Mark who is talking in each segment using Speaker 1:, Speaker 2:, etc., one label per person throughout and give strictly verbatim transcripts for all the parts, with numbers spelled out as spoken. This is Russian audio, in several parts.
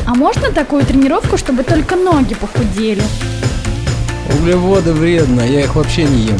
Speaker 1: А можно такую тренировку, чтобы только ноги похудели?
Speaker 2: Углеводы вредно, я их вообще не ем.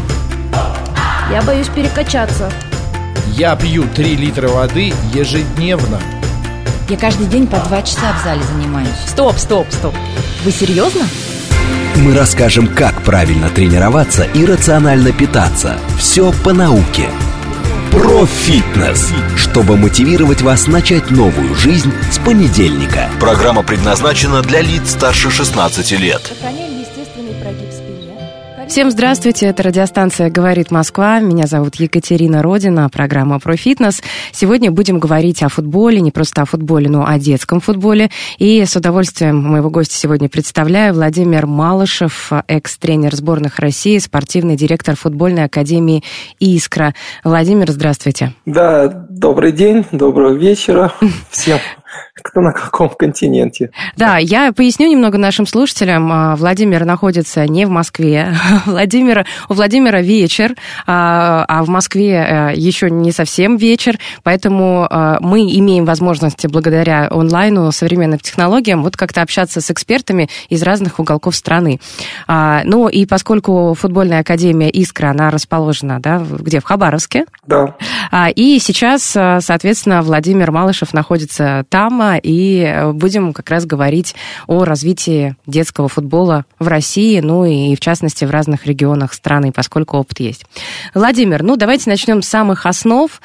Speaker 3: Я боюсь перекачаться.
Speaker 4: Я пью три литра воды ежедневно.
Speaker 5: Я каждый день по два часа в зале занимаюсь.
Speaker 3: Стоп, стоп, стоп. Вы серьезно?
Speaker 6: Мы расскажем, как правильно тренироваться и рационально питаться. Все по науке. Про-фитнес, чтобы мотивировать вас начать новую жизнь с понедельника. Программа предназначена для лиц старше шестнадцати лет.
Speaker 3: Сохраняем естественный прогиб спине.
Speaker 7: Всем здравствуйте, это радиостанция «Говорит Москва». Меня зовут Екатерина Родина, программа «Про-фитнес». Сегодня будем говорить о футболе, не просто о футболе, но о детском футболе. И с удовольствием моего гостя сегодня представляю. Владимир Малышев, экс-тренер сборных России, спортивный директор футбольной академии «Искра». Владимир, здравствуйте.
Speaker 8: Да, добрый день, доброго вечера всем. Кто на каком континенте?
Speaker 7: Да, я поясню немного нашим слушателям. Владимир находится не в Москве. Владимир, у Владимира вечер, а в Москве еще не совсем вечер, поэтому мы имеем возможность благодаря онлайну, современным технологиям, вот как-то общаться с экспертами из разных уголков страны. Ну и поскольку футбольная академия «Искра», она расположена, да, где? В Хабаровске.
Speaker 8: Да.
Speaker 7: И сейчас, соответственно, Владимир Малышев находится там, и будем как раз говорить о развитии детского футбола в России, ну и в частности в разных регионах страны, поскольку опыт есть. Владимир, ну давайте начнем с самых основ,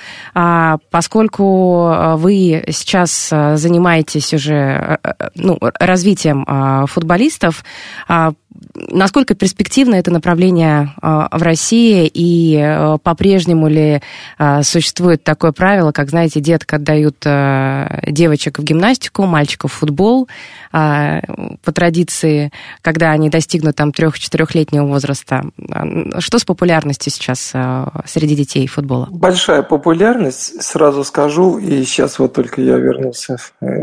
Speaker 7: поскольку вы сейчас занимаетесь уже ну, развитием футболистов. Насколько перспективно это направление в России, и по-прежнему ли существует такое правило, как, знаете, деток отдают девочек в гимнастику, мальчиков в футбол, по традиции, когда они достигнут там трех-четырехлетнего возраста? Что с популярностью сейчас среди детей футбола?
Speaker 8: Большая популярность, сразу скажу, и сейчас вот только я вернулся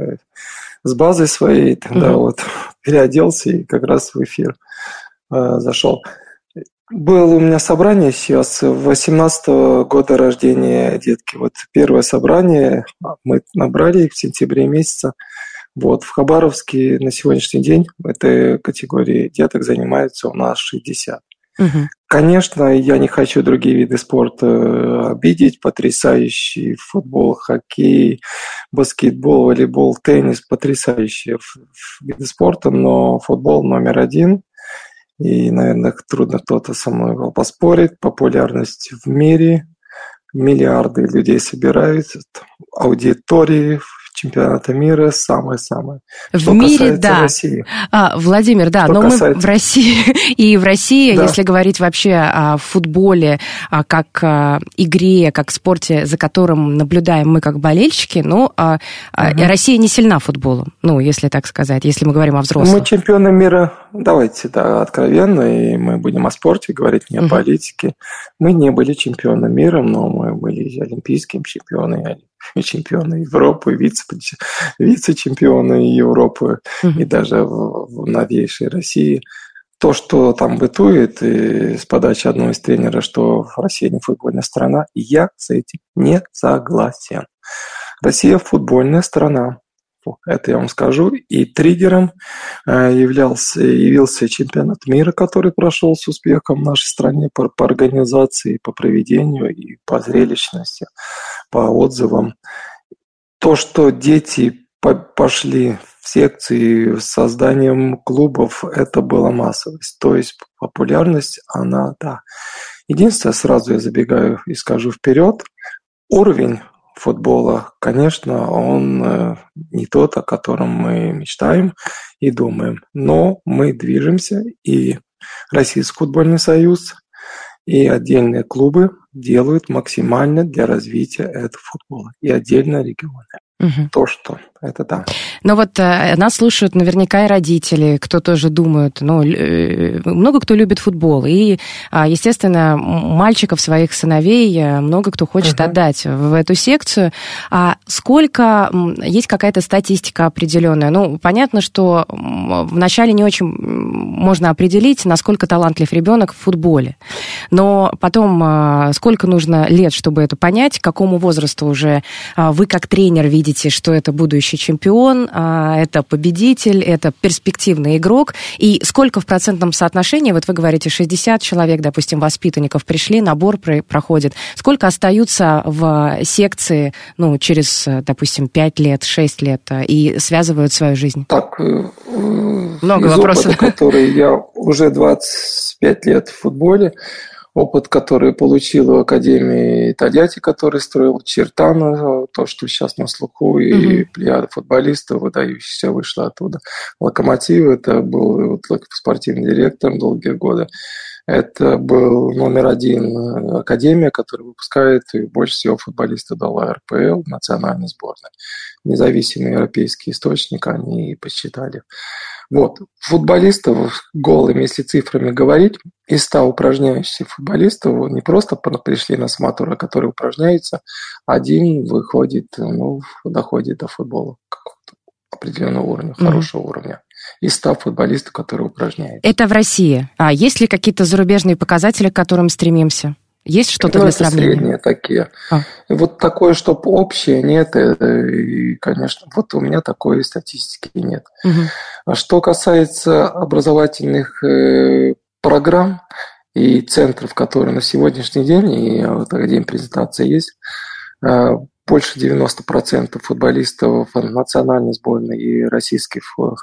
Speaker 8: с базы своей, тогда угу. вот переоделся и как раз в эфир э, зашел. Было у меня собрание сейчас, восемнадцатого года рождения детки. Вот первое собрание мы набрали в сентябре месяце. Вот в Хабаровске на сегодняшний день в этой категории деток занимается у нас шестьдесят. Угу. Конечно, я не хочу другие виды спорта обидеть. Потрясающий футбол, хоккей, баскетбол, волейбол, теннис. Потрясающие виды спорта, но футбол номер один. И, наверное, трудно кто-то со мной поспорит. Популярность в мире. Миллиарды людей собирают. Аудитории чемпионата мира самое-самое.
Speaker 7: В
Speaker 8: Что
Speaker 7: мире, да.
Speaker 8: России.
Speaker 7: А, Владимир, да,
Speaker 8: Что
Speaker 7: но
Speaker 8: касается...
Speaker 7: мы в России, и в России,
Speaker 8: да.
Speaker 7: если говорить вообще о футболе, как о игре, как спорте, за которым наблюдаем мы как болельщики, ну, а, угу. Россия не сильна футболом, ну, если так сказать, если мы говорим о взрослых.
Speaker 8: Мы чемпионы мира, давайте, да, откровенно, и мы будем о спорте говорить, не о угу. политике. Мы не были чемпионами мира, но мы были олимпийскими чемпионами, чемпионы Европы, вице, вице-чемпионы Европы uh-huh. и даже в, в новейшей России. То, что там бытует, и с подачи одного из тренеров, что Россия не футбольная страна, я с этим не согласен. Россия футбольная страна. Это я вам скажу. И триггером являлся, явился чемпионат мира, который прошел с успехом в нашей стране по, по организации, по проведению и по зрелищности, по отзывам. То, что дети по- пошли в секции с созданием клубов, это была массовость. То есть популярность, она, да. Единственное, сразу я забегаю и скажу вперед, уровень футбола, конечно, он не тот, о котором мы мечтаем и думаем. Но мы движемся, и Российский футбольный союз, и отдельные клубы делают максимально для развития этого футбола. И отдельно регионы. Угу. То, что это да.
Speaker 7: Но вот э, нас слушают наверняка и родители, кто тоже думают, ну, э, много кто любит футбол, и, э, естественно, мальчиков, своих сыновей э, много кто хочет uh-huh. отдать в эту секцию. А сколько, есть какая-то статистика определенная? Ну, понятно, что вначале не очень можно определить, насколько талантлив ребенок в футболе, но потом э, сколько нужно лет, чтобы это понять, к какому возрасту уже э, вы как тренер видите, что это будущий будущий чемпион, это победитель, это перспективный игрок. И сколько в процентном соотношении, вот вы говорите, шестьдесят человек, допустим, воспитанников пришли, набор проходит, сколько остаются в секции, ну, через, допустим, пять лет, шесть лет и связывают свою жизнь?
Speaker 8: Так,
Speaker 7: много
Speaker 8: из
Speaker 7: вопросов.
Speaker 8: Опыта, который я уже двадцать пять лет в футболе, опыт, который получил в Академии Тольятти, который строил Чертана, то, что сейчас на слуху, и угу. плеяда футболистов, выдающихся, вышла оттуда. Локомотив, это был вот, спортивный директор долгие годы. Это был номер один академия, которая выпускает и больше всего футболистов дала эр пэ эл, национальной сборной. Независимый европейский источник, они посчитали. Вот. Футболистов голыми, если цифрами говорить, из ста упражняющихся футболистов не просто пришли на смотр, а которые упражняются, один выходит, ну, доходит до футбола какого-то определенного уровня, mm-hmm. хорошего уровня. Из ста футболистов, которые упражняются.
Speaker 7: Это в России. А есть ли какие-то зарубежные показатели, к которым стремимся? Есть что-то
Speaker 8: ну,
Speaker 7: для
Speaker 8: это
Speaker 7: сравнения?
Speaker 8: Средние такие.
Speaker 7: А.
Speaker 8: Вот такое, чтобы общее, нет. И, конечно, вот у меня такой статистики нет. Угу. А что касается образовательных э, программ и центров, которые на сегодняшний день, и вот день презентации есть, э, больше девяносто процентов футболистов национальной сборной и российских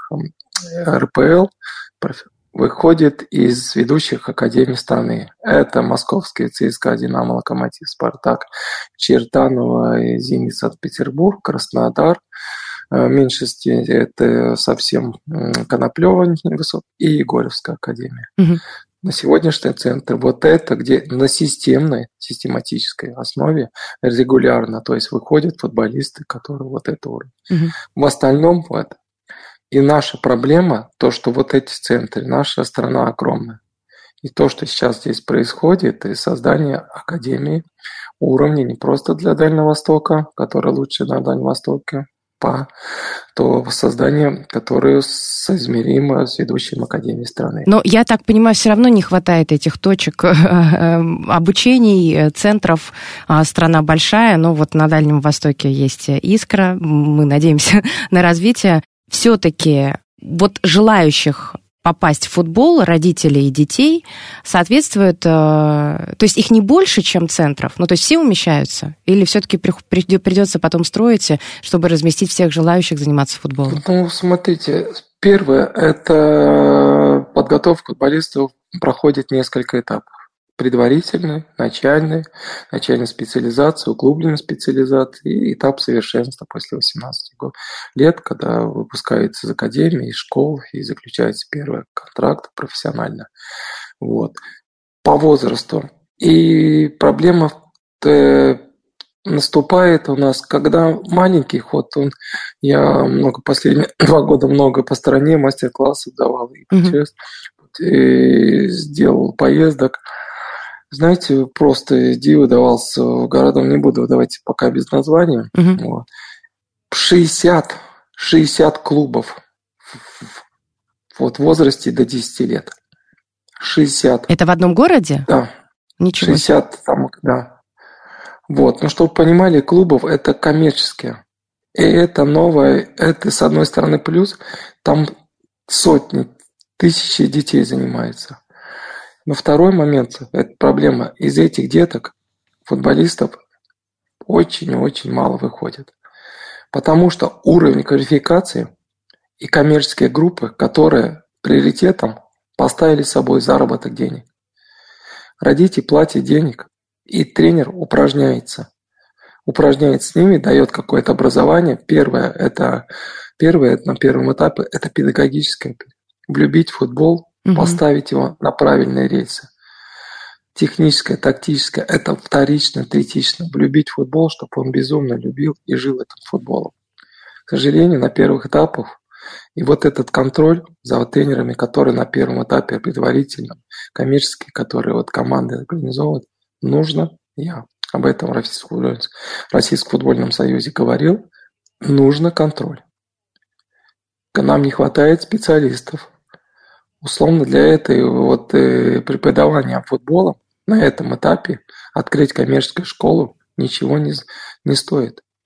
Speaker 8: эр пэ эл выходит из ведущих академий страны. Это московские ЦСКА, Динамо, Локомотив, Спартак, Чертаново, Зенит, Санкт-Петербург, Краснодар. В меньшинстве это совсем Коноплёва и Егорьевская академия. Угу. На сегодняшний центр вот это, где на системной, систематической основе регулярно, то есть выходят футболисты, которые вот это уровень. Угу. В остальном вот. И наша проблема, то, что вот эти центры, наша страна огромная. И то, что сейчас здесь происходит, и создание академии уровня не просто для Дальнего Востока, которая лучше на Дальнем Востоке, по, то создание, которое соизмеримо с ведущим академией страны.
Speaker 7: Но я так понимаю, все равно не хватает этих точек обучений, центров. Страна большая, но вот на Дальнем Востоке есть «Искра», мы надеемся на развитие. Все-таки вот желающих попасть в футбол родителей и детей соответствует, то есть их не больше, чем центров, ну то есть все умещаются, или все-таки придется потом строить, чтобы разместить всех желающих заниматься футболом?
Speaker 8: Ну, смотрите, первое, это подготовка футболистов проходит несколько этапов. Предварительный, начальный, начальная специализация, углубленная специализация и этап совершенства после восемнадцати лет, когда выпускается из академии, из школ и заключается первый контракт профессионально. Вот. По возрасту. И проблема наступает у нас, когда маленький ход, он, я много последние два года много по стране мастер-классов давал, и, mm-hmm. и сделал поездок. Знаете, просто диво давался городам, не буду выдавать пока без названия. Uh-huh. Вот. шестьдесят, шестьдесят клубов вот, в возрасте до десяти лет. шестьдесят.
Speaker 7: Это в одном городе?
Speaker 8: Да.
Speaker 7: Ничего.
Speaker 8: шестьдесят там, да. Вот, но чтобы понимали, клубов это коммерческие. И это новое, это с одной стороны плюс, там сотни, тысячи детей занимаются. Но второй момент, это проблема. Из этих деток футболистов очень-очень мало выходит. Потому что уровень квалификации и коммерческие группы, которые приоритетом поставили с собой заработок денег. Родитель платит денег, и тренер упражняется. Упражняется с ними, дает какое-то образование. Первое, это, первое это на первом этапе, это педагогическое. Влюбить в футбол, поставить его на правильные рельсы. Техническое, тактическое – это вторично, третично. Влюбить в футбол, чтобы он безумно любил и жил этим футболом. К сожалению, на первых этапах и вот этот контроль за тренерами, которые на первом этапе предварительном, коммерческие, которые вот команды организовывают, нужно, я об этом в Российском, Российском футбольном союзе говорил, нужно контроль. Нам не хватает специалистов. Условно для этой вот э, преподавания футбола на этом этапе открыть коммерческую школу ничего не, не стоит.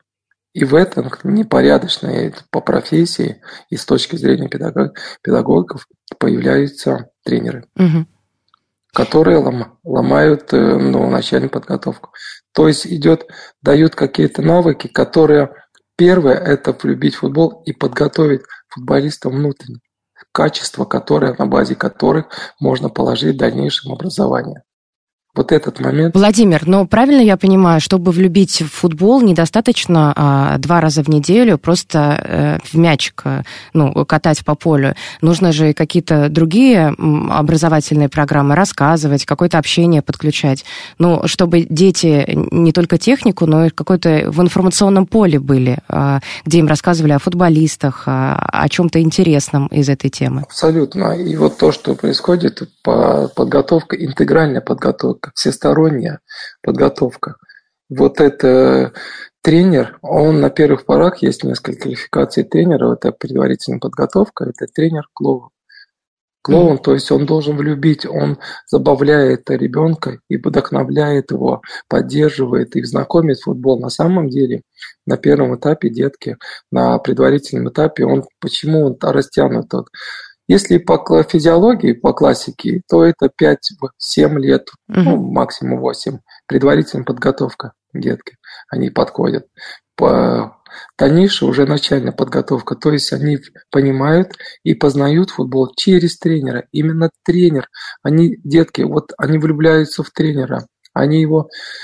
Speaker 8: И в этом непорядочной по профессии и с точки зрения педагог, педагогов появляются тренеры, угу. которые лом, ломают ну, начальную подготовку. То есть идет, дают какие-то навыки, которые первое – это влюбить в футбол и подготовить футболиста внутренне. Качества, которые, на базе которых можно положить в дальнейшем образование. Вот этот момент.
Speaker 7: Владимир, но правильно я понимаю, чтобы влюбить в футбол, недостаточно а, два раза в неделю просто а, в мячик ну, катать по полю. Нужно же и какие-то другие образовательные программы рассказывать, какое-то общение подключать. Ну, чтобы дети не только технику, но и какое-то в информационном поле были, а, где им рассказывали о футболистах, а, о чем-то интересном из этой темы.
Speaker 8: Абсолютно. И вот то, что происходит, подготовка, интегральная подготовка, всесторонняя подготовка. Вот это тренер, он на первых порах, есть несколько квалификаций тренера, это предварительная подготовка, это тренер-клоун. Клоун, mm-hmm. то есть он должен влюбить, он забавляет ребенка и вдохновляет его, поддерживает и знакомит в футбол. На самом деле, на первом этапе детки, на предварительном этапе, он почему он растянут? Если по физиологии, по классике, то это пять-семь лет, uh-huh. ну, максимум восемь. Предварительная подготовка детки, они подходят. По дальнейшей уже начальная подготовка, то есть они понимают и познают футбол через тренера. Именно тренер, они, детки, вот они влюбляются в тренера, они его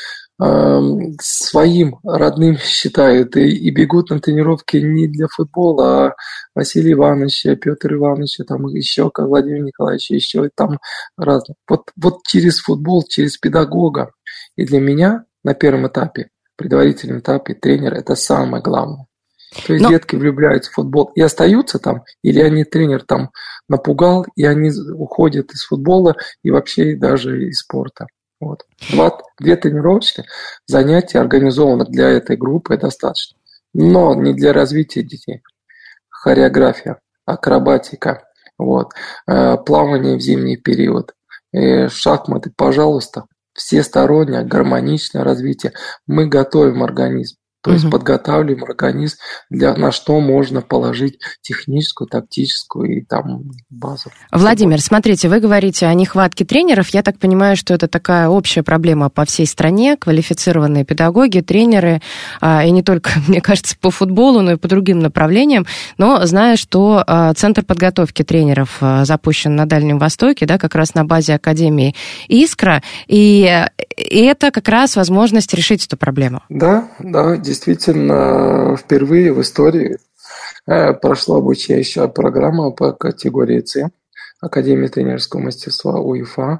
Speaker 8: своим родным считают и, и бегут на тренировки не для футбола, а Василия Ивановича, Петра Ивановича, там еще Владимир Николаевич, еще там разные. Вот, вот через футбол, через педагога. И для меня на первом этапе, предварительном этапе, тренер – это самое главное. То есть Но... детки влюбляются в футбол и остаются там, или они тренер там напугал, и они уходят из футбола и вообще даже из спорта. Вот. Два, две тренировочные занятия организованы для этой группы достаточно. Но не для развития детей. Хореография, акробатика, вот, э, плавание в зимний период, э, шахматы, пожалуйста, всестороннее, гармоничное развитие. Мы готовим организм. То есть угу. подготавливаем организм, для, на что можно положить техническую, тактическую и там базу.
Speaker 7: Владимир, смотрите, вы говорите о нехватке тренеров. Я так понимаю, что это такая общая проблема по всей стране. Квалифицированные педагоги, тренеры, и не только, мне кажется, по футболу, но и по другим направлениям. Но знаю, что Центр подготовки тренеров запущен на Дальнем Востоке, да, как раз на базе Академии «Искра». И, и это как раз возможность решить эту проблему.
Speaker 8: Да, да, действительно, впервые в истории прошла обучающая программа по категории С, Академия тренерского мастерства УЕФА.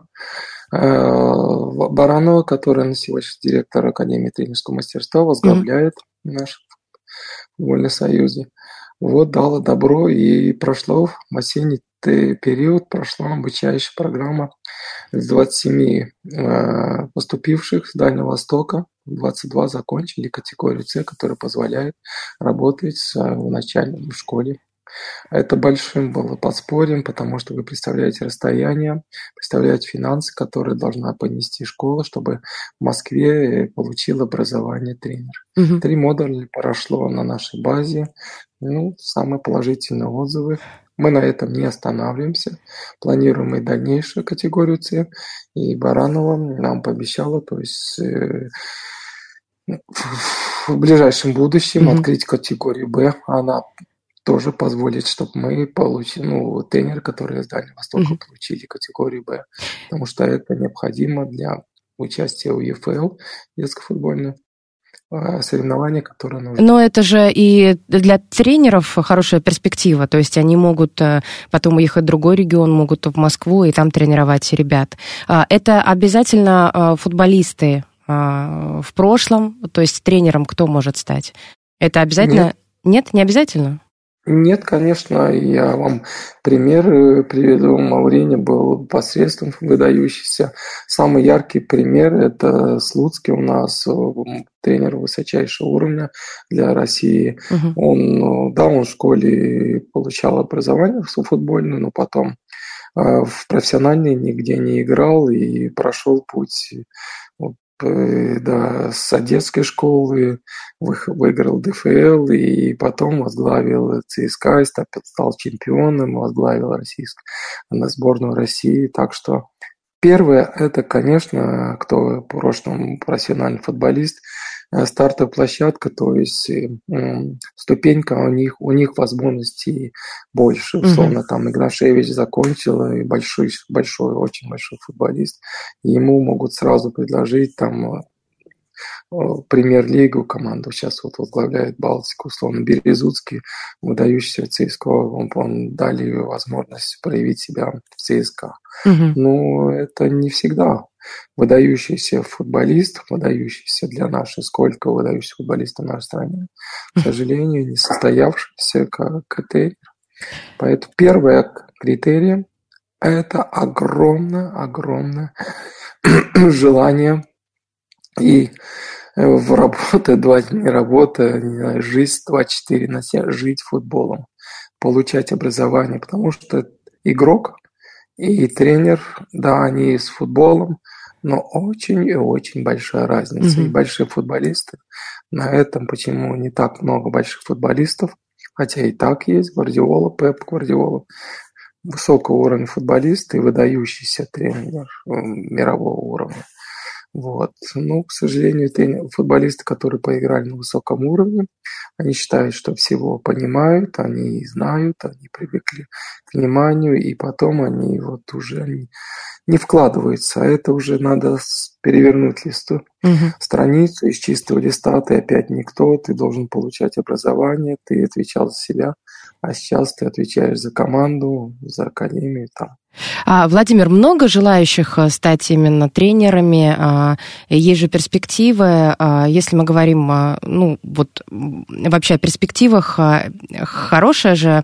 Speaker 8: Баранова, которая на сегодня директор Академии тренерского мастерства, возглавляет mm-hmm. наш футбольный союз. Вот дала добро, и прошло в осенний период, прошла обучающая программа с двадцати семи э, поступивших с Дальнего Востока, двадцать два закончили категорию С, которая позволяет работать в начальной школе. Это большим было подспорьем, потому что вы представляете расстояние, представляете финансы, которые должна понести школа, чтобы в Москве получил образование тренер. Угу. Три модуля прошло на нашей базе. Ну, самые положительные отзывы. Мы на этом не останавливаемся. Планируем и дальнейшую категорию С. И Баранова нам пообещала, то есть э, в ближайшем будущем mm-hmm. открыть категорию Б. Она тоже позволит, чтобы мы получили, ну, тренеры, которые из Дальнего Востока mm-hmm. получили категорию Б. Потому что это необходимо для участия в УЕФЛ, детско-футбольной. Соревнования, которые нужны.
Speaker 7: Но это же и для тренеров хорошая перспектива, то есть они могут потом уехать в другой регион, могут в Москву и там тренировать ребят. Это обязательно футболисты в прошлом, то есть тренером кто может стать? Это обязательно? Нет, Нет не обязательно?
Speaker 8: Нет, конечно, я вам пример приведу. Маурини был посредством выдающийся. Самый яркий пример – это Слуцкий у нас, тренер высочайшего уровня для России. Угу. Он, да, он в школе получал образование футбольное, но потом в профессиональной нигде не играл и прошел путь да, с одесской школы выиграл ДФЛ и потом возглавил ЦСКА, стал чемпионом, возглавил российскую сборную России. Так что первое, это, конечно, кто в прошлом профессиональный футболист, стартовая площадка, то есть ступенька у них, у них возможностей больше. Условно, там Игнашевич закончил, и большой, большой, очень большой футболист. Ему могут сразу предложить там премьер-лигу команду. Сейчас вот возглавляет Балтику, условно, Березуцкий, выдающийся ЦСКА. Он, он дали возможность проявить себя в ЦСКА. Угу. Но это не всегда. Выдающийся футболист, выдающийся для нашей, сколько выдающихся футболистов в нашей стране, к сожалению, не состоявшийся как критерий. Поэтому первое критерий – это огромное, огромное желание и в работе, два дня работы, не знаю, жизнь двадцать четыре на семь, жить футболом, получать образование, потому что игрок и тренер, да, они с футболом, но очень и очень большая разница. Mm-hmm. И большие футболисты. На этом почему не так много больших футболистов, хотя и так есть. Гвардиола, Пеп Гвардиола. Высокого уровня футболисты и выдающийся тренер мирового уровня. Вот. Но, к сожалению, тренер, футболисты, которые поиграли на высоком уровне, они считают, что всего понимают, они знают, они привыкли к вниманию, и потом они вот уже не, не вкладываются. А это уже надо перевернуть листу, угу. страницу из чистого листа. Ты опять никто, ты должен получать образование, ты отвечал за себя, а сейчас ты отвечаешь за команду, за академию там.
Speaker 7: А, Владимир, много желающих стать именно тренерами? А, есть же перспективы. А, если мы говорим, а, ну, вот вообще о перспективах, а, хорошая же,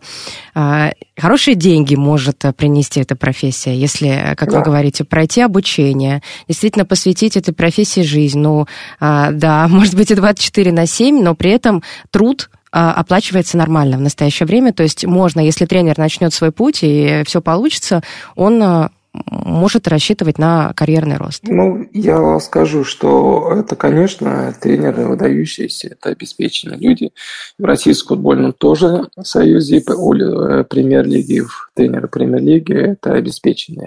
Speaker 7: а, хорошие деньги может принести эта профессия, если, как да. вы говорите, пройти обучение, действительно посвятить этой профессии жизнь. Ну, а, да, может быть и двадцать четыре на семь, но при этом труд оплачивается нормально в настоящее время. То есть можно, если тренер начнет свой путь и все получится, он может рассчитывать на карьерный рост.
Speaker 8: Ну, я скажу, что это, конечно, тренеры выдающиеся, это обеспеченные люди. В Российском футбольном тоже союзе премьер-лиги, тренеры премьер-лиги – это обеспеченные.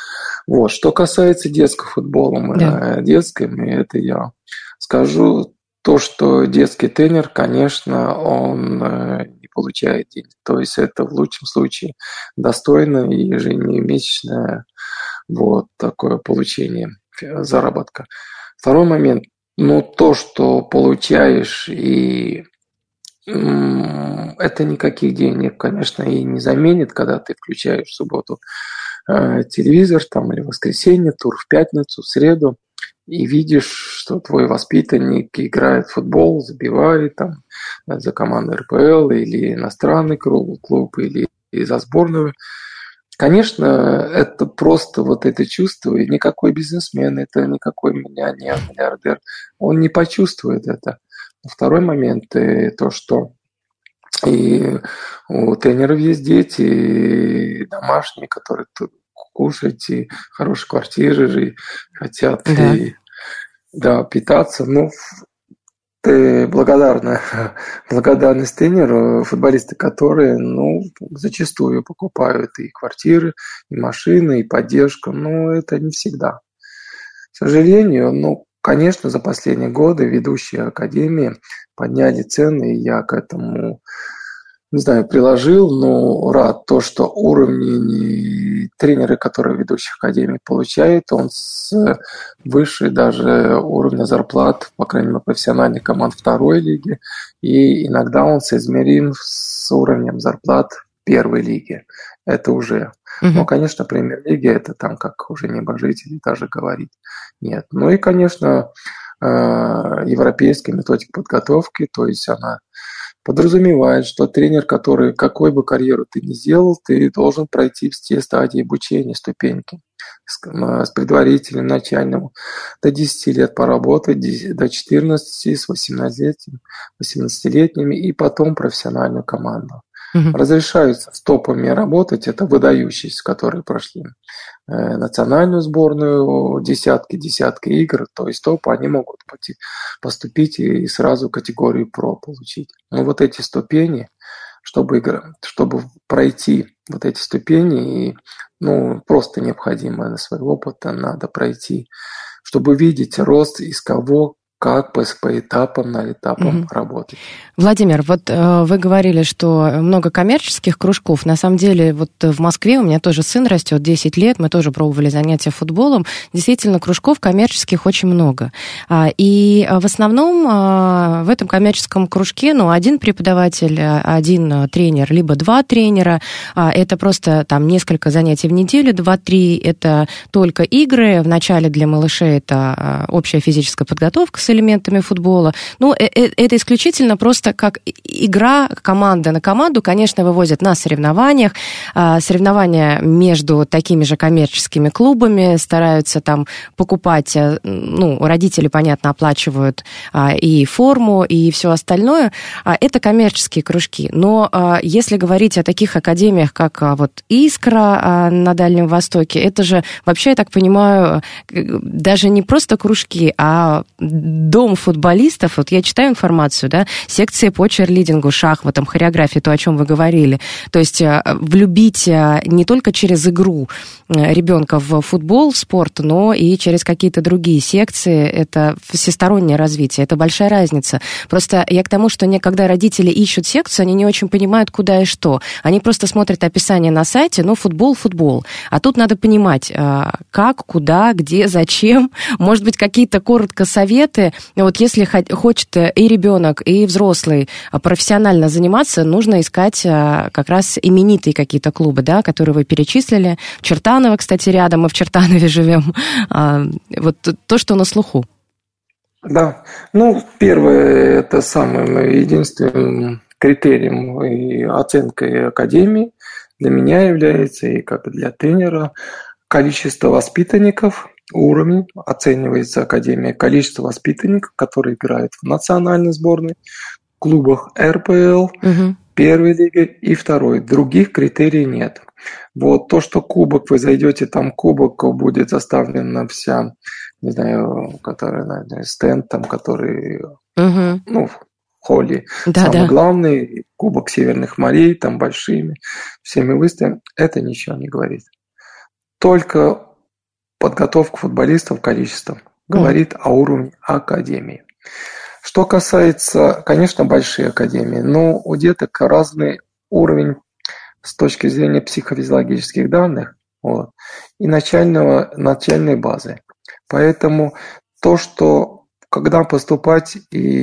Speaker 8: Вот. Что касается детского футбола, мы да. детским, это я скажу, то, что детский тренер, конечно, он не получает денег. То есть это в лучшем случае достойное ежемесячное вот такое получение заработка. Второй момент. Ну, то, что получаешь, и это никаких денег, конечно, и не заменит, когда ты включаешь в субботу телевизор там, или в воскресенье, тур в пятницу, в среду, и видишь, что твой воспитанник играет в футбол, забивает там за команду эр пэ эл или иностранный клуб, или за сборную. Конечно, это просто вот это чувство, и никакой бизнесмен, это никакой миллионер, миллиардер, он не почувствует это. Второй момент, то, что и у тренеров есть дети домашние, которые кушать, и хорошие квартиры, и хотят да. И, да, питаться. Ну, ты благодарна, благодарность тренеру, футболисты, которые, ну, зачастую покупают и квартиры, и машины, и поддержку, но это не всегда. К сожалению, ну, конечно, за последние годы ведущие академии подняли цены, и я к этому, не знаю, приложил, но рад то, что уровни тренеры, которые ведущих академий получают, он с выше даже уровня зарплат, по крайней мере, профессиональных команд второй лиги, и иногда он соизмерим с уровнем зарплат первой лиги. Это уже. Uh-huh. Но, конечно, премьер-лиги это там как уже небожители даже говорить. Нет. Ну и, конечно, европейская методика подготовки, то есть она подразумевает, что тренер, который какой бы карьеру ты ни сделал, ты должен пройти все стадии обучения, ступеньки. С, с предварительным, начальным до десяти лет поработать, до четырнадцати, с восемнадцатилетними, восемнадцатилетними и потом профессиональную команду. Угу. Разрешаются с топами работать, это выдающиеся, которые прошли э, национальную сборную, десятки, десятки игр, то есть топы, они могут пойти, поступить и сразу категорию про получить. Но вот эти ступени, чтобы, игра, чтобы пройти вот эти ступени, и, ну, просто необходимо на свой опыт надо пройти, чтобы видеть рост из кого, как по, по этапам, на этапам mm-hmm. работать.
Speaker 7: Владимир, вот э, вы говорили, что много коммерческих кружков. На самом деле, вот в Москве у меня тоже сын растет, десять лет, мы тоже пробовали занятия футболом. Действительно, кружков коммерческих очень много. А, и в основном а, в этом коммерческом кружке, ну, один преподаватель, один тренер, либо два тренера. А, это просто там несколько занятий в неделю, два-три это только игры. Вначале для малышей это общая физическая подготовка с элементами футбола. Ну, это исключительно просто как игра команда на команду. Конечно, вывозят на соревнованиях. Соревнования между такими же коммерческими клубами. Стараются там покупать, ну, родители, понятно, оплачивают и форму, и все остальное. Это коммерческие кружки. Но если говорить о таких академиях, как вот «Искра» на Дальнем Востоке, это же, вообще, я так понимаю, даже не просто кружки, а дом футболистов. Вот я читаю информацию, да, секции по черлидингу, шахматам, хореографии, то, о чем вы говорили. То есть влюбить не только через игру ребенка в футбол, в спорт, но и через какие-то другие секции. Это всестороннее развитие, это большая разница. Просто я к тому, что не, когда родители ищут секцию, они не очень понимают, куда и что. Они просто смотрят описание на сайте, ну, футбол, футбол. А тут надо понимать, как, куда, где, зачем. Может быть, какие-то коротко советы. Вот если хочет и ребенок, и взрослый профессионально заниматься, нужно искать как раз именитые какие-то клубы, да, которые вы перечислили. Чертаново, кстати, рядом, мы в Чертанове живем. Вот то, что на слуху.
Speaker 8: Да. Ну, первое, это самым единственным критерием и оценкой академии для меня является, и как для тренера, количество воспитанников. Уровень оценивается академией, количество воспитанников, которые играют в национальной сборной, клубах эр пэ эл, угу. первой лиги и второй. Других критерий нет. Вот то, что кубок, вы зайдете, там кубок будет заставлена вся, не знаю, который, наверное, стенд там, который, угу. ну, в холле. Да, самый да. главный, кубок Северных морей, там большими, всеми выставками, это ничего не говорит. Только подготовка футболистов количеством говорит mm. о уровне академии. Что касается, конечно, большие академии, но у деток разный уровень с точки зрения психофизиологических данных, вот, и начального, начальной базы. Поэтому то, что когда поступать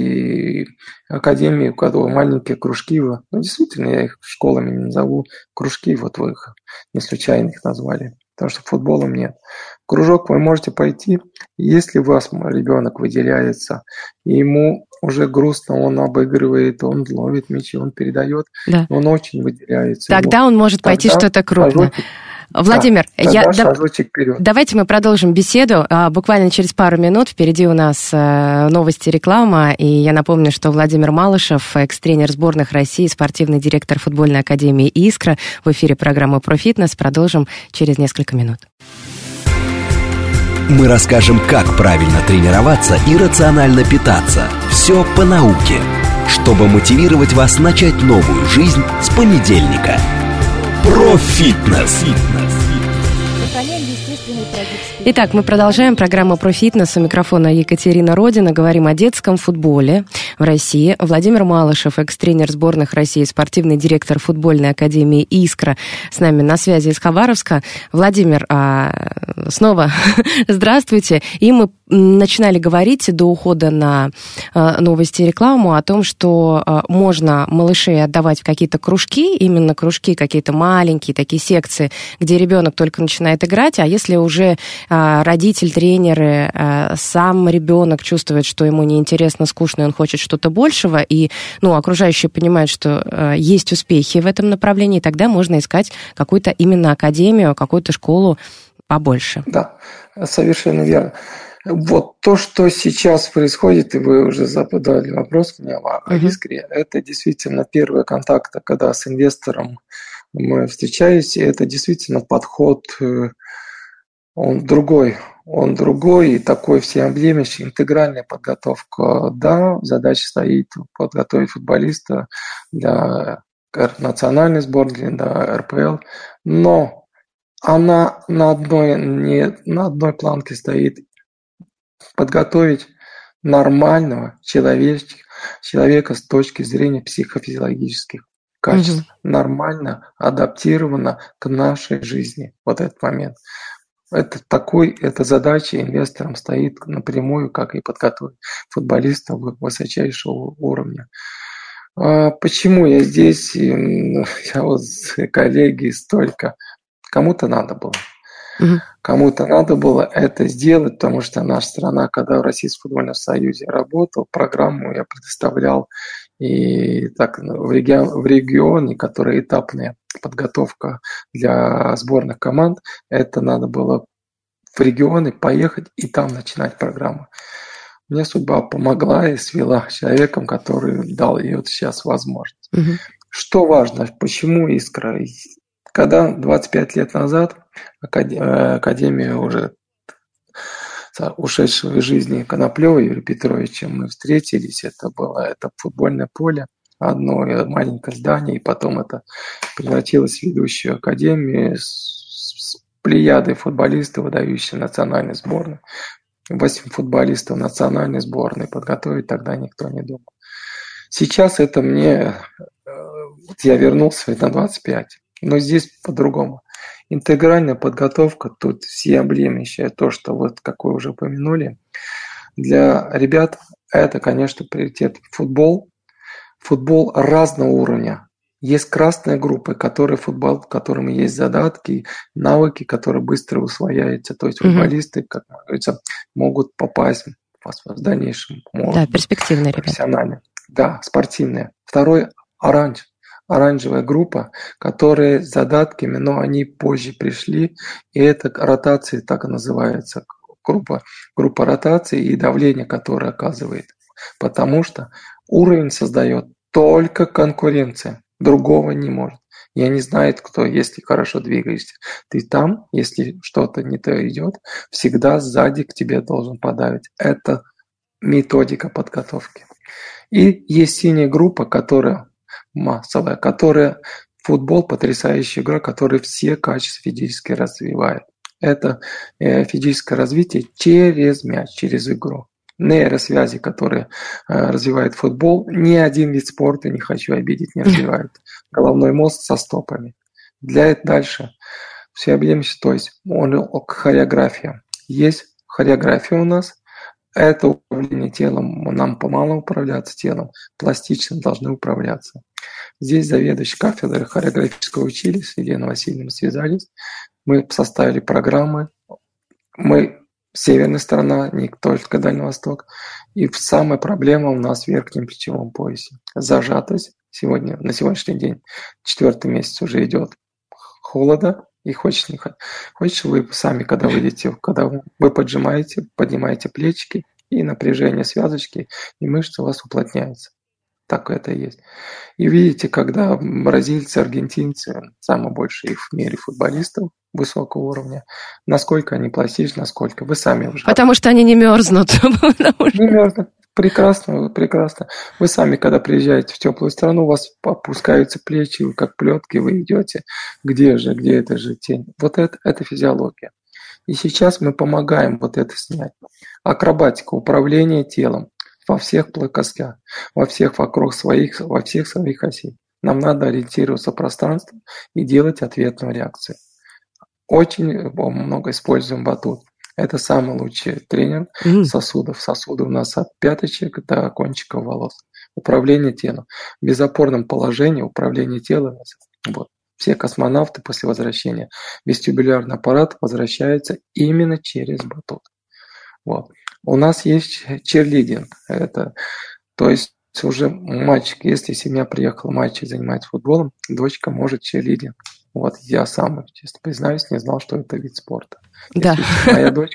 Speaker 8: и академии, у которой маленькие кружки, ну, действительно, я их школами не назову, кружки, вот вы их не случайно их назвали, потому что футболом нет. Кружок вы можете пойти, если у вас ребенок выделяется, и ему уже грустно, он обыгрывает, он ловит мячи, он передает, да. он очень выделяется.
Speaker 7: Тогда ему, он может тогда пойти что-то крупное. Владимир,
Speaker 8: да,
Speaker 7: я, да, давайте мы продолжим беседу. А, буквально через пару минут впереди у нас а, новости, реклама. И я напомню, что Владимир Малышев, экс-тренер сборных России, спортивный директор футбольной академии «Искра». В эфире программы «Про фитнес». Продолжим через несколько минут.
Speaker 6: Мы расскажем, как правильно тренироваться и рационально питаться. Все по науке, чтобы мотивировать вас начать новую жизнь с понедельника. Про фитнес.
Speaker 7: Итак, мы продолжаем программу «Про фитнес». У микрофона Екатерина Родина. Говорим о детском футболе в России. Владимир Малышев, экс-тренер сборных России, спортивный директор футбольной академии «Искра», с нами на связи из Хабаровска. Владимир, снова здравствуйте. И мы начинали говорить до ухода на новости и рекламу о том, что можно малышей отдавать в какие-то кружки, именно кружки какие-то маленькие, такие секции, где ребенок только начинает играть, а если уже родитель, тренеры, сам ребенок чувствует, что ему неинтересно, скучно, и он хочет что-то большего, и ну, окружающие понимают, что есть успехи в этом направлении, тогда можно искать какую-то именно академию, какую-то школу побольше.
Speaker 8: Да, совершенно верно. Вот то, что сейчас происходит, и вы уже задали вопрос мне о
Speaker 7: Мгм.
Speaker 8: искре, это действительно первые контакты, когда с инвестором мы встречаемся, и это действительно подход, э, он другой, он другой и такой всеобъемлющий, интегральная подготовка. Да, задача стоит подготовить футболиста для р- национальной сборной, для эр пэ эл, но она на одной, не, на одной планке стоит подготовить нормального человече- человека с точки зрения психофизиологических качеств, нормально адаптировано к нашей жизни. Вот этот момент. Это такой, эта задача инвесторам стоит напрямую, как и подготовить футболиста вы- высочайшего уровня. А почему я здесь? И, м, Я вот с коллеги столько. Кому-то надо было.
Speaker 7: Мгм.
Speaker 8: Кому-то надо было это сделать, потому что наша страна, когда в Российском футбольном союзе работал, программу я предоставлял и так ну, в, регион, в регионе, которая этапная подготовка для сборных команд, это надо было в регионы поехать и там начинать программу. Мне судьба помогла и свела с человеком, который дал ей вот сейчас возможность.
Speaker 7: Мгм.
Speaker 8: Что важно, почему «Искра»? Когда двадцать пять лет назад акад- э, Академия уже со- ушедшего из жизни Коноплева Юрия Петровича мы встретились, это было это футбольное поле, одно э, маленькое здание, и потом это превратилось в ведущую академию с, с плеядой футболистов, выдающих национальной сборной. Восемь футболистов национальной сборной подготовить тогда никто не думал. Сейчас это мне, э, вот я вернулся на двадцать пять, но здесь по-другому. Интегральная подготовка тут всеобъемлющая, то, что вот, как вы уже упомянули, для ребят это, конечно, приоритет футбол. Футбол разного уровня. Есть красные группы, которые футбол, в котором есть задатки, навыки, которые быстро усвояются. То есть
Speaker 7: Мгм.
Speaker 8: футболисты, как говорится, могут попасть в дальнейшем, может
Speaker 7: Да,
Speaker 8: быть,
Speaker 7: перспективные ребята.
Speaker 8: профессиональные. Да, спортивные. Второй оранж. Оранжевая группа, которые с задатками, но они позже пришли, и это ротация так и называется. Группа, группа ротации и давление, которое оказывает. Потому что уровень создает только конкуренция. Другого не может. Я не знаю, кто, если хорошо двигаешься. Ты там, если что-то не то идет, всегда сзади к тебе должен подавить. Это методика подготовки. И есть синяя группа, которая массовая, которая футбол, потрясающая игра, которая все качества физически развивает. Это э, физическое развитие через мяч, через игру. Нейросвязи, которые э, развивает футбол, ни один вид спорта, не хочу обидеть, не развивает. Головной мозг со стопами. Для этого дальше всеобъемлющий, то есть он, хореография. Есть хореография у нас. Это управление телом, нам помало управляться телом, пластично должны управляться. Здесь заведующий кафедрой хореографического училища Елена Васильевна связались, мы составили программы, мы северная сторона, не только Дальний Восток, и самая проблема у нас в верхнем плечевом поясе. Зажатость сегодня, на сегодняшний день, четвертый месяц уже идет холода, и хочешь, не хочешь. Хочешь, вы сами, когда выйдете, когда вы поджимаете, поднимаете плечики, и напряжение связочки, и мышцы у вас уплотняются. Так это и есть. И видите, когда бразильцы, аргентинцы, самые большие в мире футболистов высокого уровня, насколько они пластичны, насколько. Вы сами уже...
Speaker 7: Потому что они не мерзнут.
Speaker 8: Не мерзнут. Прекрасно, прекрасно. Вы сами, когда приезжаете в теплую страну, у вас опускаются плечи, вы как плетки, вы идете. Где же, где это же тень? Вот это, это физиология. И сейчас мы помогаем вот это снять. Акробатика, управление телом во всех плоскостях, во всех вокруг своих, во всех своих осей. Нам надо ориентироваться в пространстве и делать ответную реакцию. Очень много используем батут. Это самый лучший тренер
Speaker 7: Мгм.
Speaker 8: сосудов. Сосуды у нас от пяточек до кончиков волос. Управление телом. В безопорном положении управление телом. Вот. Все космонавты после возвращения, вестибулярный аппарат возвращается именно через батут. Вот. У нас есть черлидинг. Это, то есть уже мальчик, если семья приехала, мальчик занимается футболом, дочка может черлидинг. Вот я сам, честно признаюсь, не знал, что это вид спорта.
Speaker 7: Да.
Speaker 8: Моя дочка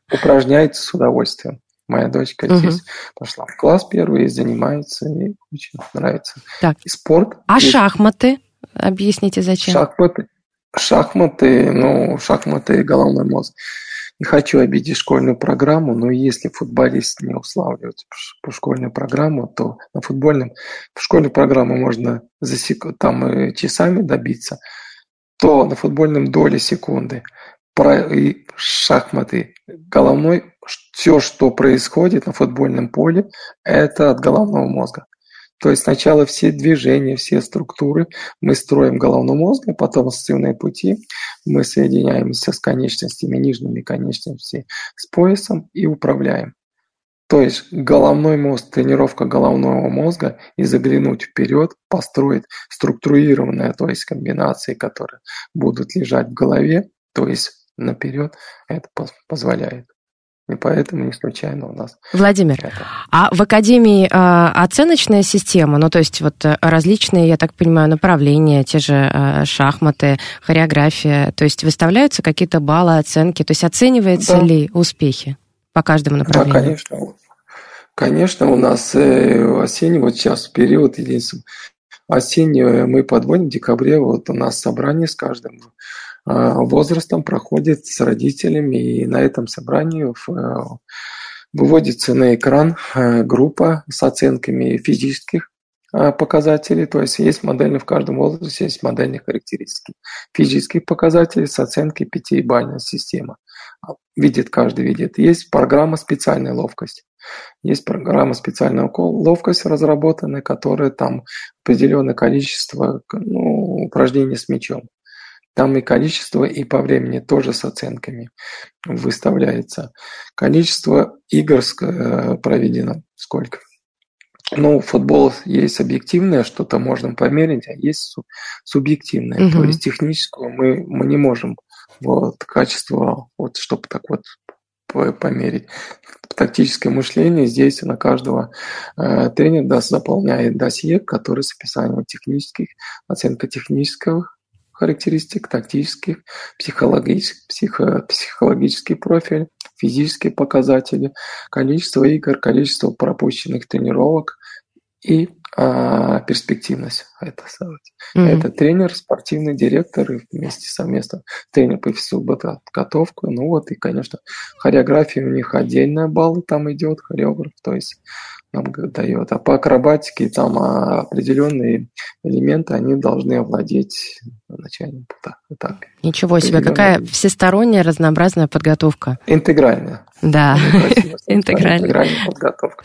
Speaker 8: упражняется с удовольствием. Моя дочка
Speaker 7: Угу.
Speaker 8: здесь пошла в класс первый и занимается, и очень нравится.
Speaker 7: Так.
Speaker 8: И спорт.
Speaker 7: А
Speaker 8: есть...
Speaker 7: шахматы? Объясните, зачем?
Speaker 8: Шахматы. Шахматы, ну, шахматы и головной мозг. Не хочу обидеть школьную программу, но если футболист не уславливает по школьную программу, то на футбольном, в школьную программу можно засек... там часами добиться, то на футбольном доли секунды. Про и шахматы головной, все, что происходит на футбольном поле, это от головного мозга. То есть сначала все движения, все структуры мы строим головным мозгом, потом ассоциативные пути, мы соединяемся с конечностями, нижними конечностями, с поясом и управляем. То есть головной мозг, тренировка головного мозга и заглянуть вперед, построить структурированные, то есть комбинации, которые будут лежать в голове, то есть наперед, это позволяет. И поэтому не случайно у нас.
Speaker 7: Владимир,
Speaker 8: это.
Speaker 7: А в академии э, оценочная система, ну то есть вот различные, я так понимаю, направления, те же э, шахматы, хореография, то есть выставляются какие-то баллы, оценки, то есть оцениваются да. ли успехи по каждому направлению?
Speaker 8: Да, конечно. Конечно, у нас э, осенний, вот сейчас период, единственный, осенний мы подводим в декабре, вот у нас собрание с каждым возрастом проходит с родителями, и на этом собрании выводится на экран группа с оценками физических показателей, то есть есть модельные в каждом возрасте, есть модельные характеристики. Физических показателей с оценкой пятибалльная система. Видит, каждый видит. Есть программа специальной ловкости. Есть программа специальная ловкость разработанная, которая там определенное количество ну, упражнений с мячом. Там и количество, и по времени тоже с оценками выставляется. Количество игр проведено сколько. Ну, футбол есть объективное, что-то можно померить, а есть субъективное. Угу. То есть технического мы, мы не можем вот, качество, вот, чтобы так вот померить. Тактическое мышление здесь на каждого э, тренер даст, заполняет досье, который с описанием технических, оценка технического характеристик, тактических, психологических, психо, психологический профиль, физические показатели, количество игр, количество пропущенных тренировок и а, перспективность. Это, mm-hmm. это тренер, спортивный директор и вместе совместно тренер по физической подготовке. Ну вот и, конечно, хореография у них отдельная баллы там идет, хореограф, то есть нам дает. А по акробатике там определенные элементы, они должны овладеть на начальном этапе.
Speaker 7: Ничего себе, какая всесторонняя, разнообразная подготовка.
Speaker 8: Интегральная.
Speaker 7: Да, интегральная
Speaker 8: подготовка.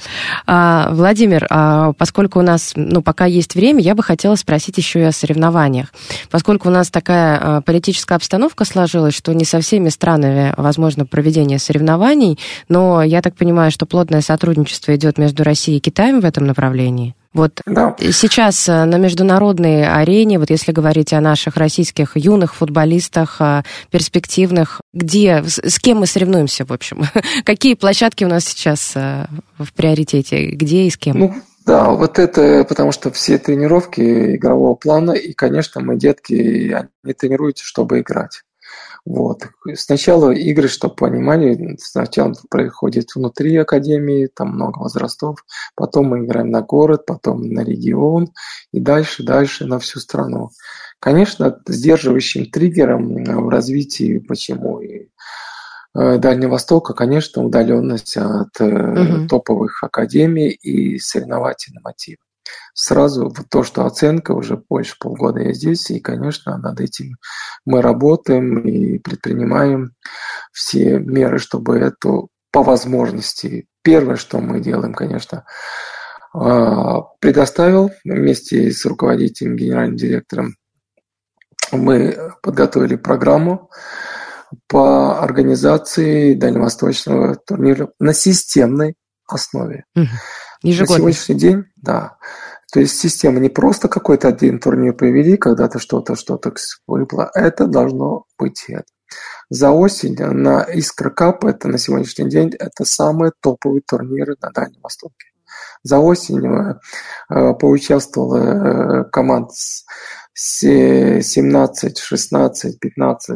Speaker 7: А, Владимир, а, поскольку у нас, ну, пока есть время, я бы хотела спросить еще и о соревнованиях. Поскольку у нас такая а, политическая обстановка сложилась, что не со всеми странами возможно проведение соревнований, но я так понимаю, что плотное сотрудничество идет между Россией и Китаем в этом направлении. Вот да. Сейчас на международной арене, вот если говорить о наших российских юных футболистах, перспективных, где, с кем мы соревнуемся, в общем? Какие площадки у нас сейчас в приоритете? Где и с кем?
Speaker 8: Ну, да, вот это потому что все тренировки игрового плана, и, конечно, мы, детки, они тренируются, чтобы играть. Вот. Сначала игры, чтобы понимали, сначала происходит внутри академии, там много возрастов, потом мы играем на город, потом на регион и дальше, дальше на всю страну. Конечно, сдерживающим триггером в развитии, почему и Дальнего Востока, конечно, удаленность от угу. топовых академий и соревновательный мотив. Сразу то, что оценка, уже больше полгода я здесь, и, конечно, над этим мы работаем и предпринимаем все меры, чтобы это по возможности. Первое, что мы делаем, конечно, предоставил вместе с руководителем, генеральным директором, мы подготовили программу по организации дальневосточного турнира на системной основе.
Speaker 7: Угу. Ежегодно.
Speaker 8: На сегодняшний день, да. То есть система не просто какой-то один турнир провели, когда-то что-то, что-то выпало. Это должно быть это. За осень на Искра Кап, это на сегодняшний день, это самые топовые турниры на Дальнем Востоке. За осень э, поучаствовала э, команд с семнадцать, шестнадцать, пятнадцать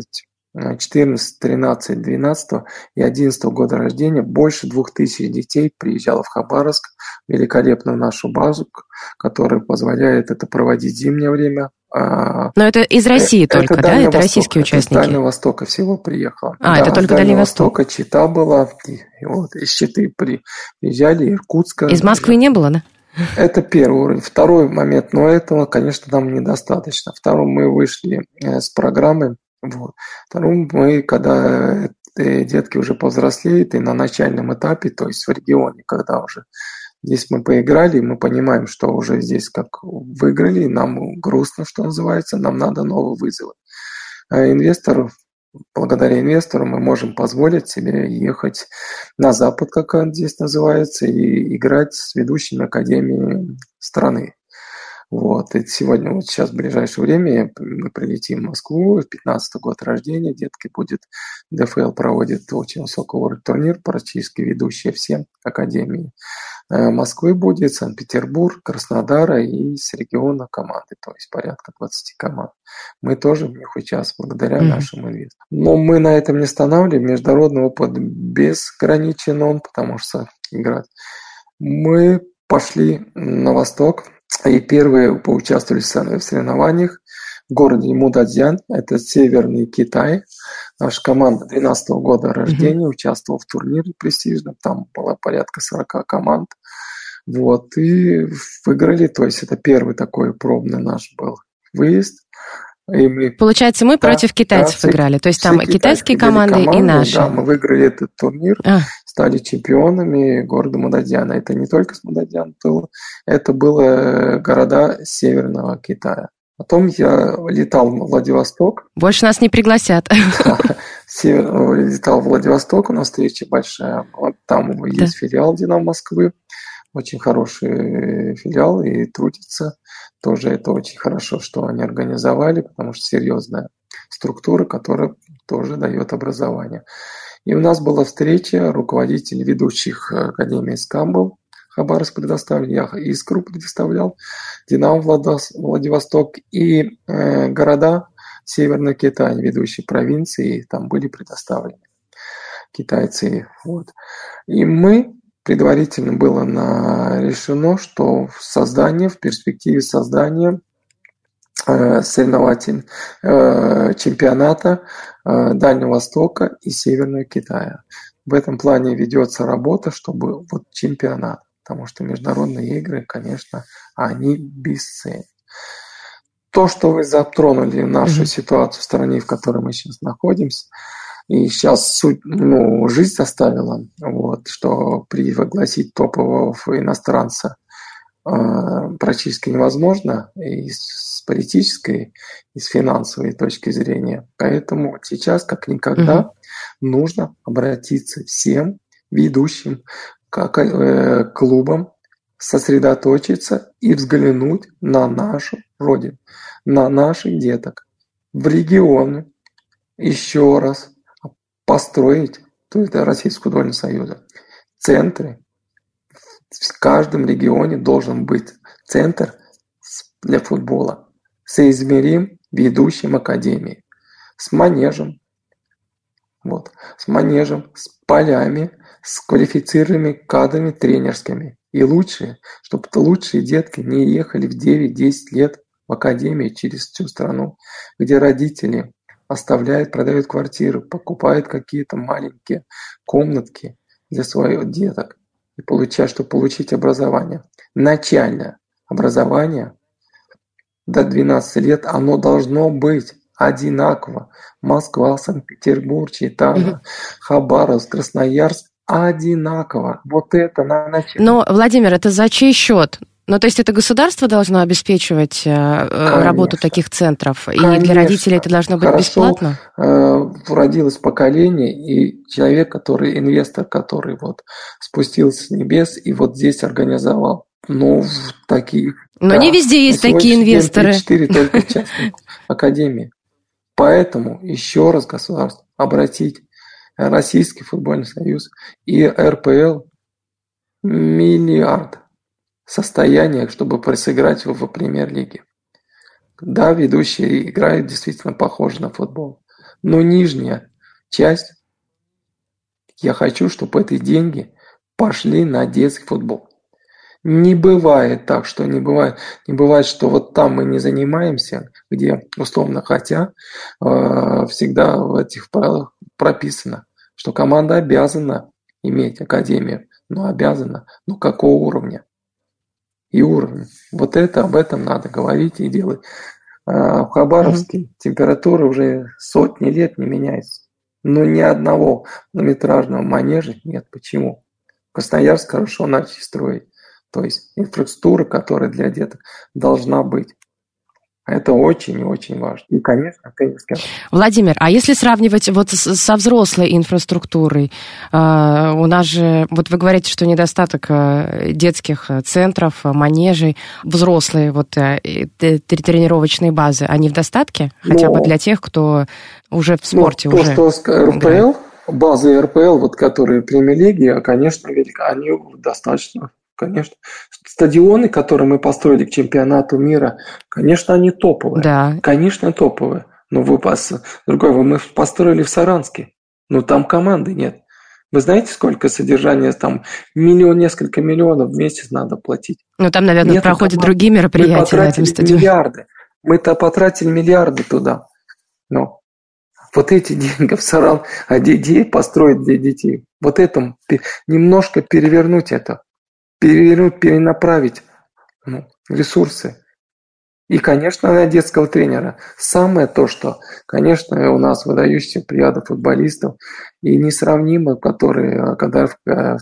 Speaker 8: четырнадцать, тринадцать, двенадцать и одиннадцать года рождения больше двух тысяч детей приезжало в Хабаровск, великолепную нашу базу, которая позволяет это проводить в зимнее время.
Speaker 7: Но это из России это только, да? Это российские участники?
Speaker 8: Это из Дальнего Востока всего приехало.
Speaker 7: А,
Speaker 8: да,
Speaker 7: это только Дальний Восток.
Speaker 8: Востока, Чита была, и вот, из Читы при, приезжали, Иркутска.
Speaker 7: Из Москвы не было, да?
Speaker 8: Это первый уровень. Второй момент, но этого, конечно, нам недостаточно. Второй, мы вышли с программы. Вот. Второй, мы, когда детки уже повзрослеют и на начальном этапе, то есть в регионе, когда уже здесь мы поиграли, мы понимаем, что уже здесь как выиграли, нам грустно, что называется, нам надо новые вызовы. А инвесторов, благодаря инвестору мы можем позволить себе ехать на Запад, как он здесь называется, и играть с ведущими академиями страны. Вот. И сегодня, вот сейчас, в ближайшее время, мы прилетим в Москву, пятнадцатый год рождения, детки будет, ДФЛ проводит очень высокий уровень турнир, практически ведущие все академии Москвы будет, Санкт-Петербург, Краснодара и с региона команды, то есть порядка двадцать команд. Мы тоже в них участвуем благодаря mm-hmm. нашим инвесторам. Но мы на этом не останавливаем, международный опыт безграничен он, потому что играть. Мы пошли на восток, и первые поучаствовали в соревнованиях в городе Мудадзян, это Северный Китай. Наша команда двенадцатого года рождения mm-hmm. участвовала в турнире престижном, там было порядка сорок команд. Вот, и выиграли, то есть это первый такой пробный наш был выезд. И мы,
Speaker 7: Получается, мы да, против китайцев да, играли, то есть там китайские команды, команды и наши.
Speaker 8: Да, мы выиграли этот турнир, а. стали чемпионами города Мудадьяна. Это не только с Мудадьян было, это было города Северного Китая. Потом я летал в Владивосток.
Speaker 7: Больше нас не пригласят.
Speaker 8: Летал в Владивосток, у нас встреча большая. Там есть филиал «Динамо Москвы». Очень хороший филиал и трудится. Тоже это очень хорошо, что они организовали, потому что серьезная структура, которая тоже дает образование. И у нас была встреча, руководитель ведущих Академии Скамбл, Хабаровск предоставил, я Искру предоставлял, Динамо Владивосток и э, города Северного Китая, ведущие провинции, там были предоставлены китайцы. Вот. И мы предварительно было на, решено, что в создании, в перспективе создания э, соревнователь э, чемпионата э, Дальнего Востока и Северного Китая. В этом плане ведется работа, чтобы вот чемпионат, потому что международные игры, конечно, они бесценны. То, что вы затронули нашу mm-hmm. ситуацию в стране, в которой мы сейчас находимся, и сейчас суть, ну, жизнь заставила, вот, что пригласить топового иностранца э, практически невозможно и с политической, и с финансовой точки зрения. Поэтому сейчас, как никогда, mm-hmm. нужно обратиться всем ведущим как, э, клубам, сосредоточиться и взглянуть на нашу родину, на наших деток, в регионы, еще раз построить, то есть Российского футбольного союза, центры. В каждом регионе должен быть центр для футбола, соизмерим ведущим академии, с манежем, вот, с манежем, с полями, с квалифицированными кадрами тренерскими. И лучшие, чтобы лучшие детки не ехали в девять-десять лет в академии через всю страну, где родители оставляют, продают квартиры, покупают какие-то маленькие комнатки для своих деток и получают, чтобы получить образование. Начальное образование до двенадцати лет, оно должно быть одинаково. Москва, Санкт-Петербург, Чита, Хабаровск, Красноярск одинаково. Вот это на начале.
Speaker 7: Но, Владимир, это за чей счет? Ну, то есть это государство должно обеспечивать Конечно. работу таких центров, Конечно. и для родителей это должно быть
Speaker 8: Хорошо.
Speaker 7: бесплатно?
Speaker 8: Родилось поколение, и человек, который, инвестор, который вот спустился с небес и вот здесь организовал. Ну, такие...
Speaker 7: Но да. не везде есть такие инвесторы.
Speaker 8: три-четыре только участника академии. Поэтому еще раз государство обратить Российский футбольный союз и эр пэ эл миллиард состояние, чтобы сыграть в премьер-лиге. Да, ведущие играют действительно похоже на футбол, Но нижняя часть, я хочу, чтобы эти деньги пошли на детский футбол. Не бывает так, что не бывает, не бывает, что вот там мы не занимаемся, где условно хотя э, всегда в этих правилах прописано, что команда обязана иметь академию, но обязана, но какого уровня? И уровня. Вот это, об этом надо говорить и делать. А в Хабаровске mm-hmm. температура уже сотни лет не меняется. Но ни одного полнометражного манежа нет. Почему? Красноярск хорошо начали строить. То есть инфраструктура, которая для деток должна быть. Это очень и очень важно. И, конечно, теннисский.
Speaker 7: Владимир, а если сравнивать вот с, со взрослой инфраструктурой, э, у нас же, вот вы говорите, что недостаток э, детских центров, манежей, взрослые вот э, тренировочные базы, они в достатке? Хотя Но, бы для тех, кто уже в спорте
Speaker 8: ну,
Speaker 7: уже
Speaker 8: то, что эр пэ эл, базы эр пэ эл, вот, которые премьер-лиги, конечно, они достаточно. Конечно. Стадионы, которые мы построили к чемпионату мира, конечно, они топовые.
Speaker 7: Да.
Speaker 8: Конечно, топовые. Но вы пос... другой, мы построили в Саранске. Но там команды нет. Вы знаете, сколько содержания там? Миллион, несколько миллионов в месяц надо платить.
Speaker 7: Ну, там, наверное, нет проходят команд. Другие мероприятия на этом стадионе.
Speaker 8: Миллиарды. Мы-то потратили миллиарды туда. Но вот эти деньги в Саран, а детей построить для детей. Вот это немножко перевернуть это. Перевернуть, перенаправить ну, ресурсы. И, конечно, на детского тренера. Самое то, что, конечно, у нас выдающаяся плеяда футболистов и несравнимые, которые, когда в,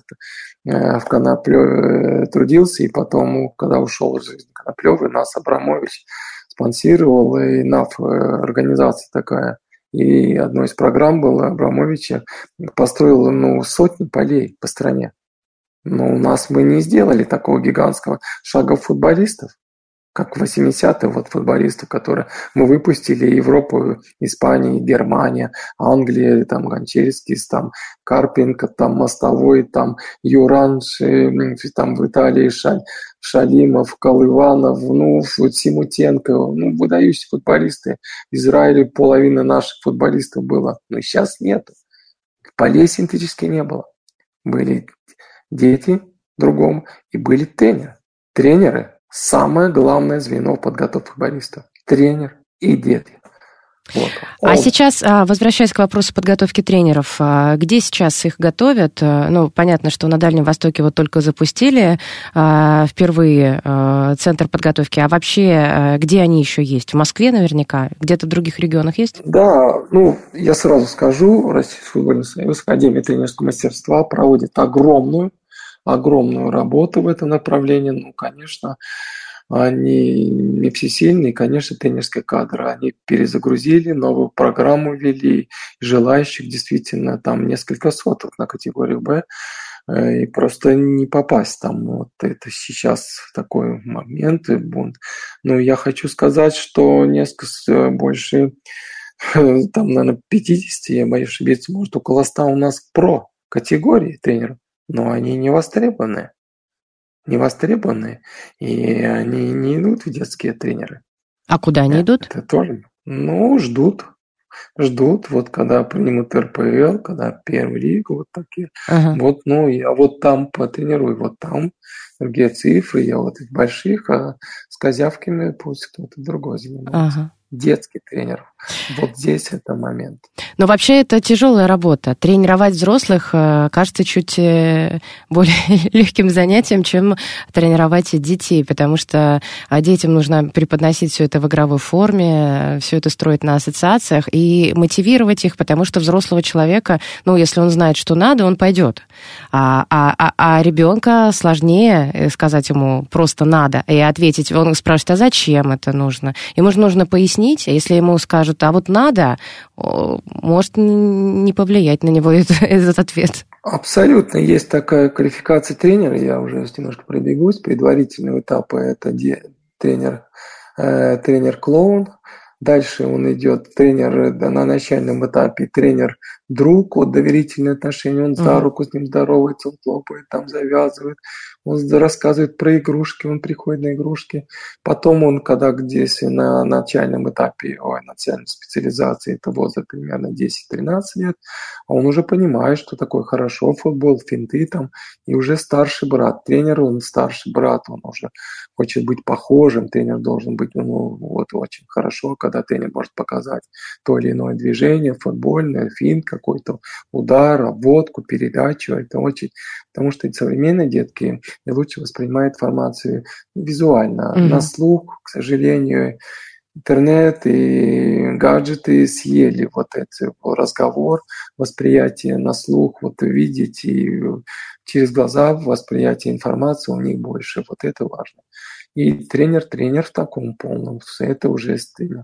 Speaker 8: в Коноплёве трудился, и потом, когда ушел из жизни Коноплёвой, нас Абрамович спонсировал, и НАФ организация такая. И одной из программ было Абрамовича, построил ну, сотни полей по стране. Но у нас мы не сделали такого гигантского шага футболистов, как в восьмидесятые вот футболистов, которые мы выпустили Европу, Испания, Германия, Англия, там Гончарский, там Карпенко, там Мостовой, там Юранш, там в Италии Шаль, Шалимов, Колыванов, ну, Симутенко, ну, выдающиеся футболисты. В Израиле половина наших футболистов было, но сейчас нет. Полей синтетически не было. Были дети другому и были тренеры. Тренеры – самое главное звено подготовки футболистов. Тренер и дети. Вот.
Speaker 7: А
Speaker 8: Он...
Speaker 7: сейчас, возвращаясь к вопросу подготовки тренеров, где сейчас их готовят? Ну, понятно, что на Дальнем Востоке вот только запустили впервые центр подготовки, а вообще где они еще есть? В Москве наверняка? Где-то в других регионах есть?
Speaker 8: Да, ну, я сразу скажу, Российский футбольный союз, Академия тренерского мастерства проводит огромную, огромную работу в этом направлении. Ну, конечно, они не всесильные, конечно, тренерские кадры. Они перезагрузили, новую программу ввели. Желающих действительно там несколько соток на категорию Б. И просто не попасть там. Вот это сейчас такой момент и бунт. Но я хочу сказать, что несколько больше, там, наверное, пятьдесят, я боюсь ошибиться, может, около ста у нас про категории тренеров. Но они не востребованные. Не востребованные, и они не идут в детские тренеры.
Speaker 7: А куда они идут?
Speaker 8: Это тоже. Ну, ждут. Ждут, вот когда примут эр пэ эл, когда первую лигу, вот такие. Ага. Вот, ну, я вот там потренирую, вот там другие цифры, я вот их больших, а с козявками пусть кто-то другой занимается. Ага. Детский тренер. Вот здесь это момент.
Speaker 7: Но вообще это тяжелая работа. Тренировать взрослых кажется чуть более легким занятием, чем тренировать детей, потому что детям нужно преподносить все это в игровой форме, все это строить на ассоциациях и мотивировать их, потому что взрослого человека, ну, если он знает, что надо, он пойдет. А, а, а ребенка сложнее сказать ему просто надо и ответить. Он спрашивает, а зачем это нужно? Ему же нужно пояснить. А если ему скажут, а вот надо, может не повлиять на него этот, этот ответ.
Speaker 8: Абсолютно. Есть такая квалификация тренера, я уже немножко пробегусь. Предварительного этапа это тренер, э, тренер-клоун. Дальше он идет тренер на начальном этапе, тренер-друг, вот доверительные отношения, он за руку с ним здоровается, он хлопает, там завязывает. он рассказывает про игрушки, он приходит на игрушки. Потом он, когда здесь на начальном этапе, ой, начальной специализации, это возраст примерно десять-тринадцать лет, он уже понимает, что такое хорошо футбол, финты там, и уже старший брат. Тренер, он старший брат, он уже хочет быть похожим, тренер должен быть, ну, вот очень хорошо, когда тренер может показать то или иное движение, футбольное, финт какой-то, удар, обводку, передачу, это очень, потому что современные детки лучше воспринимают информацию визуально, mm-hmm. на слух, к сожалению, интернет и гаджеты съели вот этот разговор, восприятие на слух, вот видеть и через глаза восприятие информации у них больше, вот это важно. И тренер, тренер в таком полном, это уже стильно.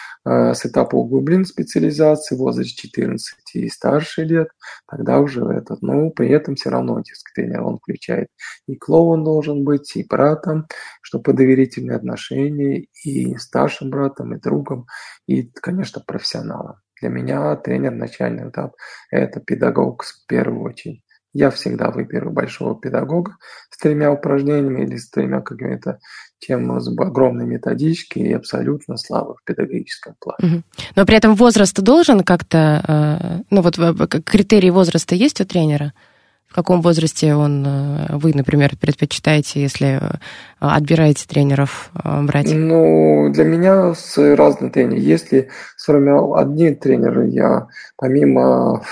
Speaker 8: С этапа углубленной специализации в возрасте четырнадцати и старше лет, тогда уже этот, но при этом все равно детский тренер, он включает и клоун должен быть, и братом, чтобы доверительные отношения, и старшим братом, и другом, и, конечно, профессионалом. Для меня тренер начальный этап – это педагог в первую очередь. Я всегда выберу большого педагога с тремя упражнениями или с тремя какими-то чем с огромной методички и абсолютно слабо в педагогическом плане.
Speaker 7: Но при этом возраст должен как-то, ну вот критерии возраста есть у тренера? В каком возрасте он, вы, например, предпочитаете, если отбираете тренеров брать?
Speaker 8: Ну, для меня с разными тренерами. Если сформировал одни тренеры, я помимо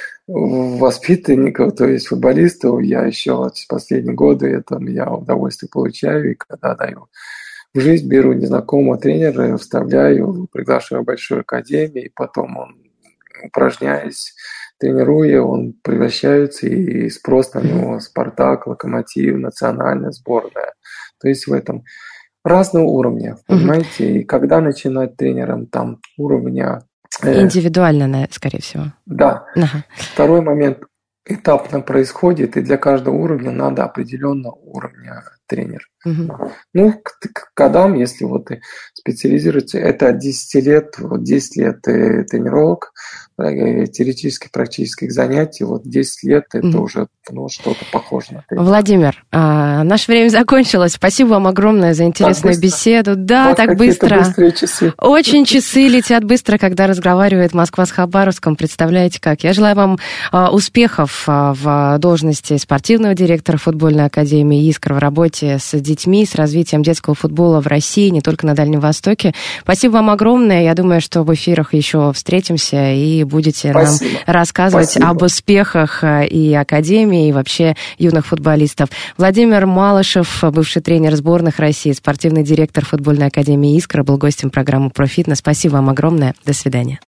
Speaker 8: воспитанников, то есть футболистов, я еще вот последние годы это я удовольствие получаю, и когда даю в жизнь, беру незнакомого тренера, вставляю, приглашаю в большую академию, и потом он, упражняясь, тренируя, он превращается, и спрос на него Спартак, Локомотив, национальная сборная. То есть в этом разного уровня, понимаете? И когда начинать тренером там уровня...
Speaker 7: Индивидуально, скорее всего.
Speaker 8: Да.
Speaker 7: Ага.
Speaker 8: Второй момент этапно происходит, и для каждого уровня надо определенного уровня тренер. Угу. Ну, к, к годам, если вот специализируется, это от десяти лет, вот десять лет тренировок, теоретических, практических занятий, вот десять лет это угу. уже ну, что-то похоже на тренера.
Speaker 7: Владимир, а, наше время закончилось. Спасибо вам огромное за интересную беседу. Да, так быстро.
Speaker 8: Часы.
Speaker 7: Очень часы летят быстро, когда разговаривает Москва с Хабаровском. Представляете как? Я желаю вам а, успехов а, в должности спортивного директора футбольной академии «Искра» в работе с детьми, с развитием детского футбола в России, не только на Дальнем Востоке. Спасибо вам огромное. Я думаю, что в эфирах еще встретимся и будете Спасибо. нам рассказывать Спасибо. об успехах и академии, и вообще юных футболистов. Владимир Малышев, бывший тренер сборных России, спортивный директор футбольной академии «Искра», был гостем программы «Про фитнес». Спасибо вам огромное. До свидания.